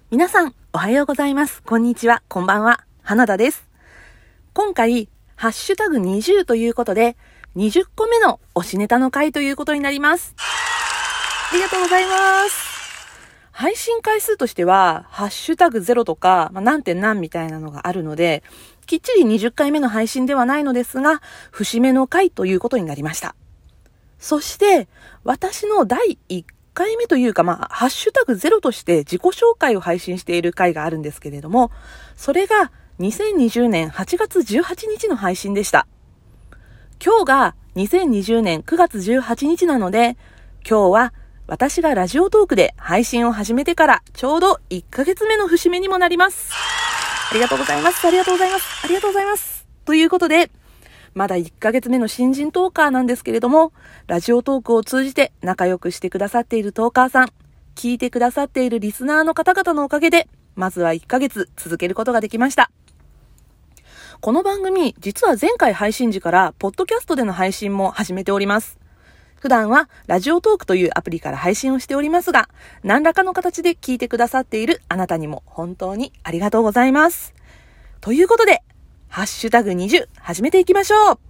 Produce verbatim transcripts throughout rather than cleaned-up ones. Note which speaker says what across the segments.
Speaker 1: 皆さん、おはようございます。こんにちは、こんばんは。花田です。今回、ハッシュタグにじゅうということで、にじゅっこめの推しネタの回ということになります。ありがとうございます。配信回数としては、ハッシュタグゼロとか、まあ、何点何みたいなのがあるので、きっちりにじゅっかいめの配信ではないのですが、節目の回ということになりました。そして、私のだいいっかいめというか、まあ、ハッシュタグゼロとして自己紹介を配信している回があるんですけれども、それがにせんにじゅうねんはちがつじゅうはちにちの配信でした。今日がにせんにじゅうねんくがつじゅうはちにちなので、今日は私がラジオトークで配信を始めてからちょうどいっかげつめの節目にもなります。ありがとうございます。ありがとうございます。ありがとうございます。ということで、まだいっかげつめの新人トーカーなんですけれども、ラジオトークを通じて仲良くしてくださっているトーカーさん、聞いてくださっているリスナーの方々のおかげで、まずはいっかげつ続けることができました。この番組、実は前回配信時から、ポッドキャストでの配信も始めております。普段は、ラジオトークというアプリから配信をしておりますが、何らかの形で聞いてくださっているあなたにも本当にありがとうございます。ということで、ハッシュタグにじゅう始めていきましょう。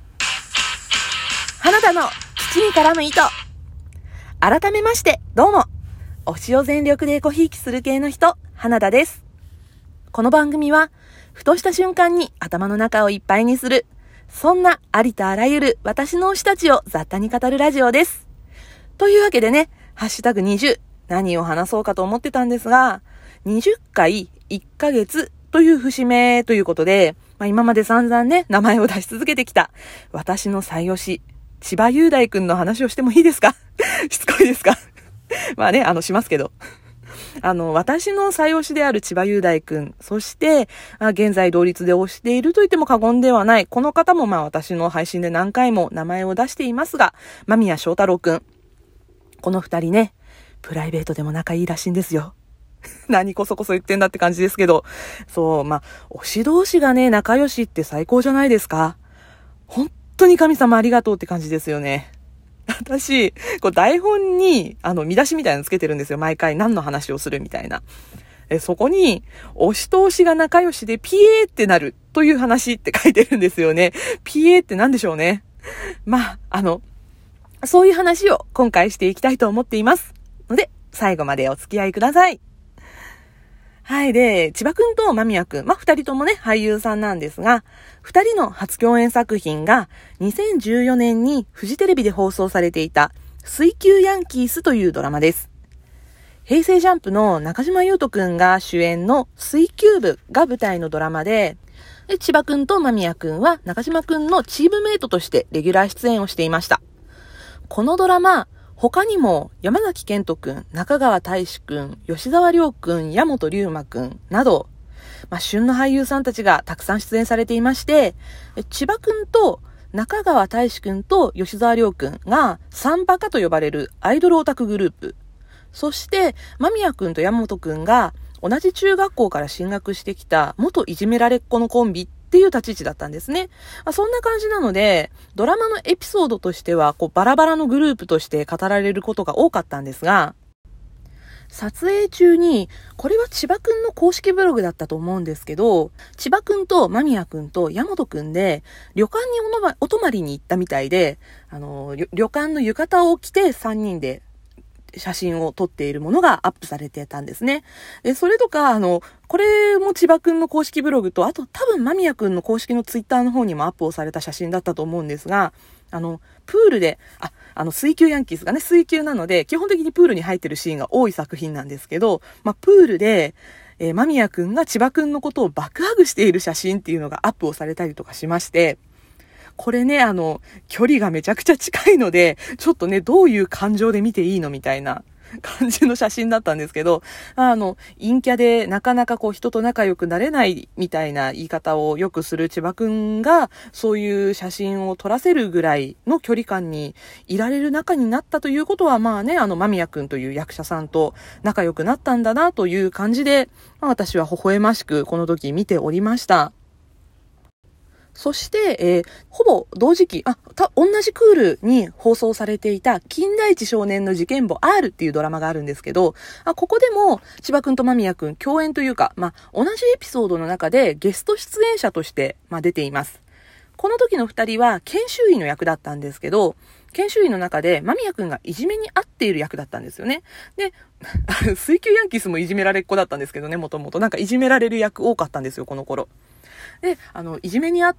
Speaker 1: 花田の土に絡む糸。改めましてどうも、推しを全力でエコひいきする系の人、花田です。この番組はふとした瞬間に頭の中をいっぱいにする、そんなありとあらゆる私の推したちを雑多に語るラジオです。というわけでね、ハッシュタグにじゅう何を話そうかと思ってたんですが、にじゅっかいいっかげつという節目ということで、まあ、今まで散々ね、名前を出し続けてきた、私の最推し、千葉雄大くんの話をしてもいいですかしつこいですかまあね、あの、しますけど。あの、私の最推しである千葉雄大くん、そして、あ現在同率で推していると言っても過言ではない、この方もまあ私の配信で何回も名前を出していますが、間宮祥太朗くん。この二人ね、プライベートでも仲いいらしいんですよ。何こそこそ言ってんだって感じですけど。そう、まあ、推し同士がね、仲良しって最高じゃないですか。本当に神様ありがとうって感じですよね。私、こう台本に、あの、見出しみたいなのつけてるんですよ。毎回何の話をするみたいな。えそこに、推しと推しが仲良しでピエーってなるという話って書いてるんですよね。ピエーって何でしょうね。まあ、あの、そういう話を今回していきたいと思っています。ので、最後までお付き合いください。はい。で、千葉くんと間宮くん。まあ、二人ともね、俳優さんなんですが、二人の初共演作品が、にせんじゅうよねんにフジテレビで放送されていた、水球ヤンキースというドラマです。平成ジャンプの中島裕翔くんが主演の水球部が舞台のドラマで、で千葉くんと間宮くんは中島くんのチームメイトとしてレギュラー出演をしていました。このドラマ、他にも山崎賢人くん、中川大志くん、吉沢亮くん、矢本龍馬くんなど、まあ、旬の俳優さんたちがたくさん出演されていまして、千葉くんと中川大志くんと吉沢亮くんがサンバカと呼ばれるアイドルオタクグループ。そして間宮くんと山本くんが同じ中学校から進学してきた元いじめられっ子のコンビっていう立ち位置だったんですね。まあ、そんな感じなので、ドラマのエピソードとしては、こう、バラバラのグループとして語られることが多かったんですが、撮影中に、これは千葉くんの公式ブログだったと思うんですけど、千葉くんと間宮くんと山本くんで、旅館におのまお泊まりに行ったみたいで、あの、旅館の浴衣を着てさんにんで、写真を撮っているものがアップされてたんですね。で、それとか、あの、これも千葉くんの公式ブログと、あと多分間宮くんの公式のツイッターの方にもアップをされた写真だったと思うんですが、あの、プールで、あ、あの、水球ヤンキースがね、水球なので、基本的にプールに入ってるシーンが多い作品なんですけど、まあ、プールで、えー、間宮くんが千葉くんのことをバックハグしている写真っていうのがアップをされたりとかしまして、これね、あの、距離がめちゃくちゃ近いので、ちょっとね、どういう感情で見ていいのみたいな感じの写真だったんですけど、あの、陰キャでなかなかこう人と仲良くなれないみたいな言い方をよくする千葉くんが、そういう写真を撮らせるぐらいの距離感にいられる仲になったということは、まあね、あの、間宮くんという役者さんと仲良くなったんだなという感じで、まあ、私は微笑ましくこの時見ておりました。 そして、えー、ほぼ同時期、あ、た、同じクールに放送されていた、金田一少年の事件簿 R っていうドラマがあるんですけど、あ、ここでも、千葉くんと間宮くん共演というか、まあ、同じエピソードの中でゲスト出演者として、まあ、出ています。この時の二人は研修医の役だったんですけど、研修医の中で間宮くんがいじめに遭っている役だったんですよね。で、水球ヤンキースもいじめられっ子だったんですけどね、もともと。なんかいじめられる役多かったんですよ、この頃。で、あの、いじめにあって、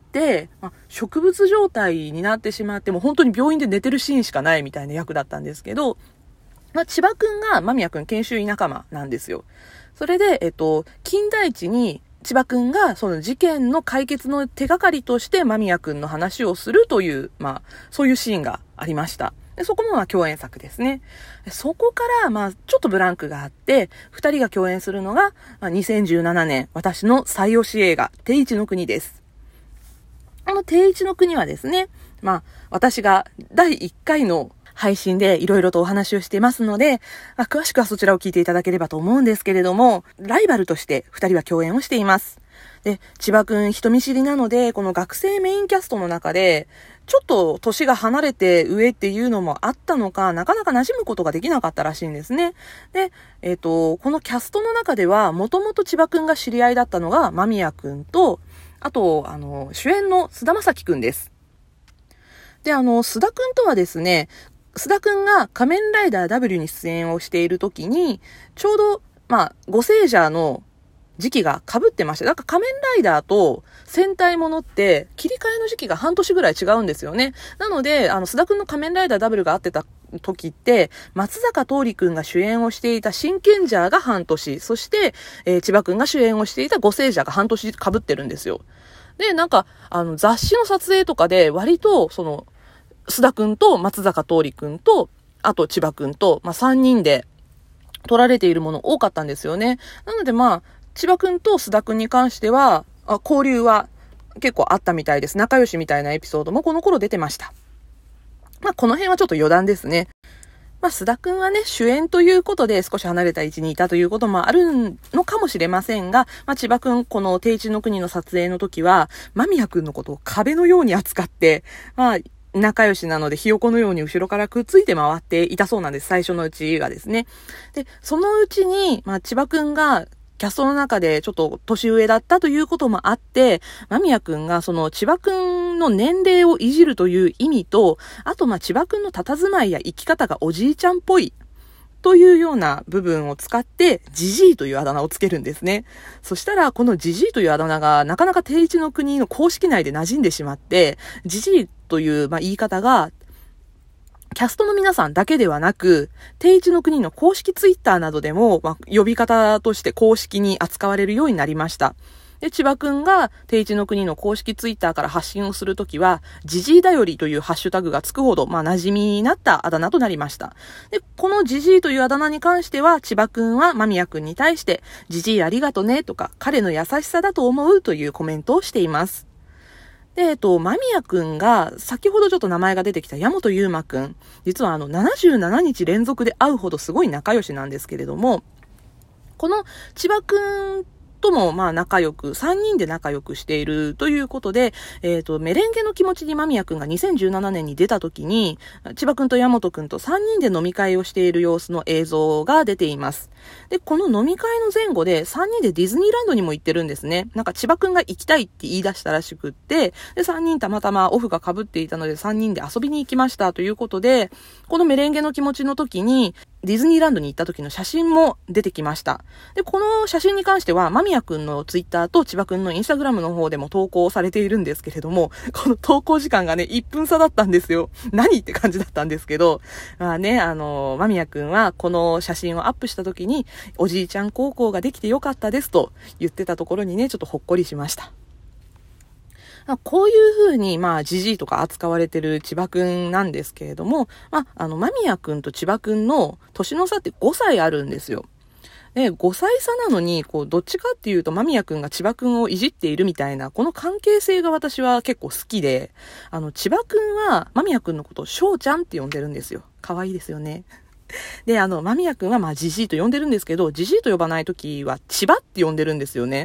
Speaker 1: まあ、植物状態になってしまって、もう本当に病院で寝てるシーンしかないみたいな役だったんですけど、まあ、千葉くんが間宮くん研修医仲間なんですよ。それで、えっと、金田一に、千葉くんがその事件の解決の手がかりとして間宮くんの話をするという、まあ、そういうシーンがありました。でそこもまあ共演作ですね。そこから、まあ、ちょっとブランクがあって、二人が共演するのが、まあ、にせんじゅうななねん、私の最推し映画、定一の国です。あの定一の国はですね、まあ、私がだいいっかいの配信でいろいろとお話をしていますので、まあ、詳しくはそちらを聞いていただければと思うんですけれども、ライバルとして二人は共演をしています。で、千葉くん人見知りなので、この学生メインキャストの中で、ちょっと年が離れて上っていうのもあったのか、なかなか馴染むことができなかったらしいんですね。で、えっと、このキャストの中では、もともと千葉くんが知り合いだったのが間宮くんと、あと、あの、主演の菅田将暉くんです。で、あの、菅田くんとはですね、須田くんが仮面ライダー ダブリュー に出演をしている時に、ちょうど、まあ、ご聖者の時期が被ってました。だから仮面ライダーと戦隊ものって切り替えの時期が半年ぐらい違うんですよね。なので、あの、須田くんの仮面ライダー ダブリュー があってた時って、松坂桃李くんが主演をしていた真剣ジャーが半年、そして、えー、千葉くんが主演をしていたご聖者が半年被ってるんですよ。で、なんか、あの、雑誌の撮影とかで割と、その、須田くんと松坂桃李くんと、あと千葉くんと、まあ、さんにんで撮られているもの多かったんですよね。なのでまあ、千葉くんと須田くんに関しては、あ交流は結構あったみたいです。仲良しみたいなエピソードもこの頃出てました。まあ、この辺はちょっと余談ですね。まあ、須田くんはね、主演ということで少し離れた位置にいたということもあるのかもしれませんが、まあ、千葉くん、この定一の国の撮影の時は、間宮くんのことを壁のように扱って、まあ、仲良しなのでひよこのように後ろからくっついて回っていたそうなんです。最初のうちがですね。で、そのうちに、まあ、千葉くんがキャストの中でちょっと年上だったということもあって、間宮くんがその千葉くんの年齢をいじるという意味と、あとまあ千葉くんの佇まいや生き方がおじいちゃんっぽいというような部分を使って、ジジイというあだ名をつけるんですね。そしたら、このジジイというあだ名がなかなか定一の国の公式内で馴染んでしまって、ジジイというまあ言い方が、キャストの皆さんだけではなく、定一の国の公式ツイッターなどでも、まあ、呼び方として公式に扱われるようになりました。で、千葉くんが定一の国の公式ツイッターから発信をするときは、ジジイだよりというハッシュタグがつくほど、まあ、馴染みになったあだ名となりました。で、このジジイというあだ名に関しては、千葉くんは間宮くんに対して、ジジイありがとねとか、彼の優しさだと思うというコメントをしています。で、えっと、間宮くんが、先ほどちょっと名前が出てきた矢本悠馬くん、実はあの、ななじゅうななにち連続で会うほどすごい仲良しなんですけれども、この千葉くんともまあ仲良く、さんにんで仲良くしているということで、えっと、メレンゲの気持ちに間宮くんがにせんじゅうななねんに出た時に、千葉くんと矢本くんとさんにんで飲み会をしている様子の映像が出ています。で、この飲み会の前後でさんにんでディズニーランドにも行ってるんですね。なんか千葉くんが行きたいって言い出したらしくって、で、さんにんたまたまオフが被っていたのでさんにんで遊びに行きましたということで、このメレンゲの気持ちの時に、ディズニーランドに行った時の写真も出てきました。で、この写真に関しては、間宮くんのツイッターと千葉くんのインスタグラムの方でも投稿されているんですけれども、この投稿時間がね、いっぷん差だったんですよ。何って感じだったんですけど、まあね、あの、間宮くんはこの写真をアップした時に、おじいちゃん高校ができてよかったですと言ってたところにね、ちょっとほっこりしました。こういう風に、まあ、ジジイとか扱われてる千葉くんなんですけれども、まあ、あの、間宮くんと千葉くんの年の差ってごさいあるんですよ。で、ごさい差なのに、こう、どっちかっていうと、間宮くんが千葉くんをいじっているみたいな、この関係性が私は結構好きで、あの、千葉くんは、間宮くんのことを翔ちゃんって呼んでるんですよ。可愛いですよね。で、あの、間宮くんは、まあ、ジジイと呼んでるんですけど、ジジイと呼ばないときは、千葉って呼んでるんですよね。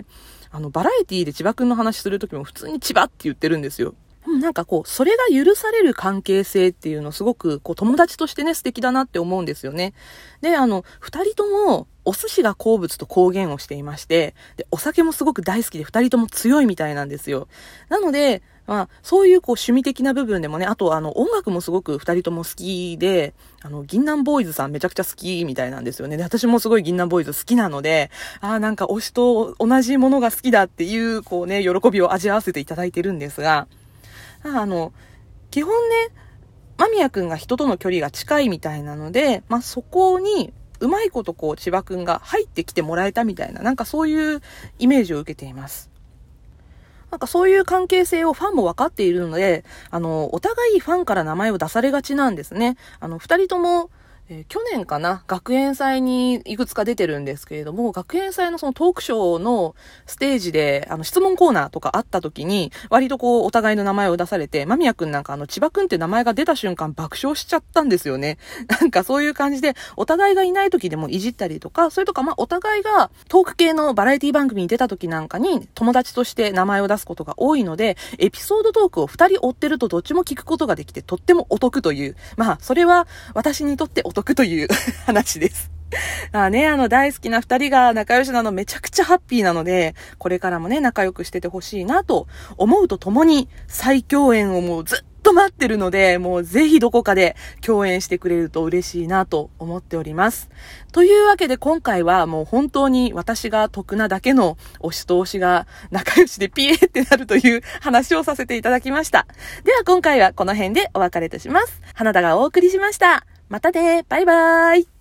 Speaker 1: あの、バラエティで千葉くんの話するときも普通に千葉って言ってるんですよ。でもなんかこう、それが許される関係性っていうのすごくこう友達としてね素敵だなって思うんですよね。で、あの、二人ともお寿司が好物と公言をしていまして、で、お酒もすごく大好きで二人とも強いみたいなんですよ。なので、まあ、そういうこう趣味的な部分でもね、あとあの音楽もすごく二人とも好きで、あの、銀杏ボーイズさんめちゃくちゃ好きみたいなんですよね。で、私もすごい銀杏ボーイズ好きなので、ああ、なんか推しと同じものが好きだっていう、こうね、喜びを味わわせていただいてるんですが、あの、基本ね、間宮くんが人との距離が近いみたいなので、まあ、そこに、うまいことこう、千葉くんが入ってきてもらえたみたいな、なんかそういうイメージを受けています。なんかそういう関係性をファンも分かっているので、あの、お互いファンから名前を出されがちなんですね。あの、二人とも、えー、去年かな、学園祭にいくつか出てるんですけれども、学園祭のそのトークショーのステージで、あの、質問コーナーとかあった時に、割とこう、お互いの名前を出されて、間宮くんなんかあの、千葉くんって名前が出た瞬間爆笑しちゃったんですよね。なんかそういう感じで、お互いがいない時でもいじったりとか、それとかまあ、お互いがトーク系のバラエティ番組に出た時なんかに、友達として名前を出すことが多いので、エピソードトークを二人追ってるとどっちも聞くことができて、とってもお得という、まあ、それは私にとってお得という話です。ああね、あの大好きな二人が仲良しなのめちゃくちゃハッピーなので、これからもね、仲良くしててほしいなと思うとともに、再共演をもうずっと待ってるので、もうぜひどこかで共演してくれると嬉しいなと思っております。というわけで今回はもう本当に私が得なだけの推しと推しが仲良しでピエーってなるという話をさせていただきました。では今回はこの辺でお別れとします。花田がお送りしました。またね、バイバーイ。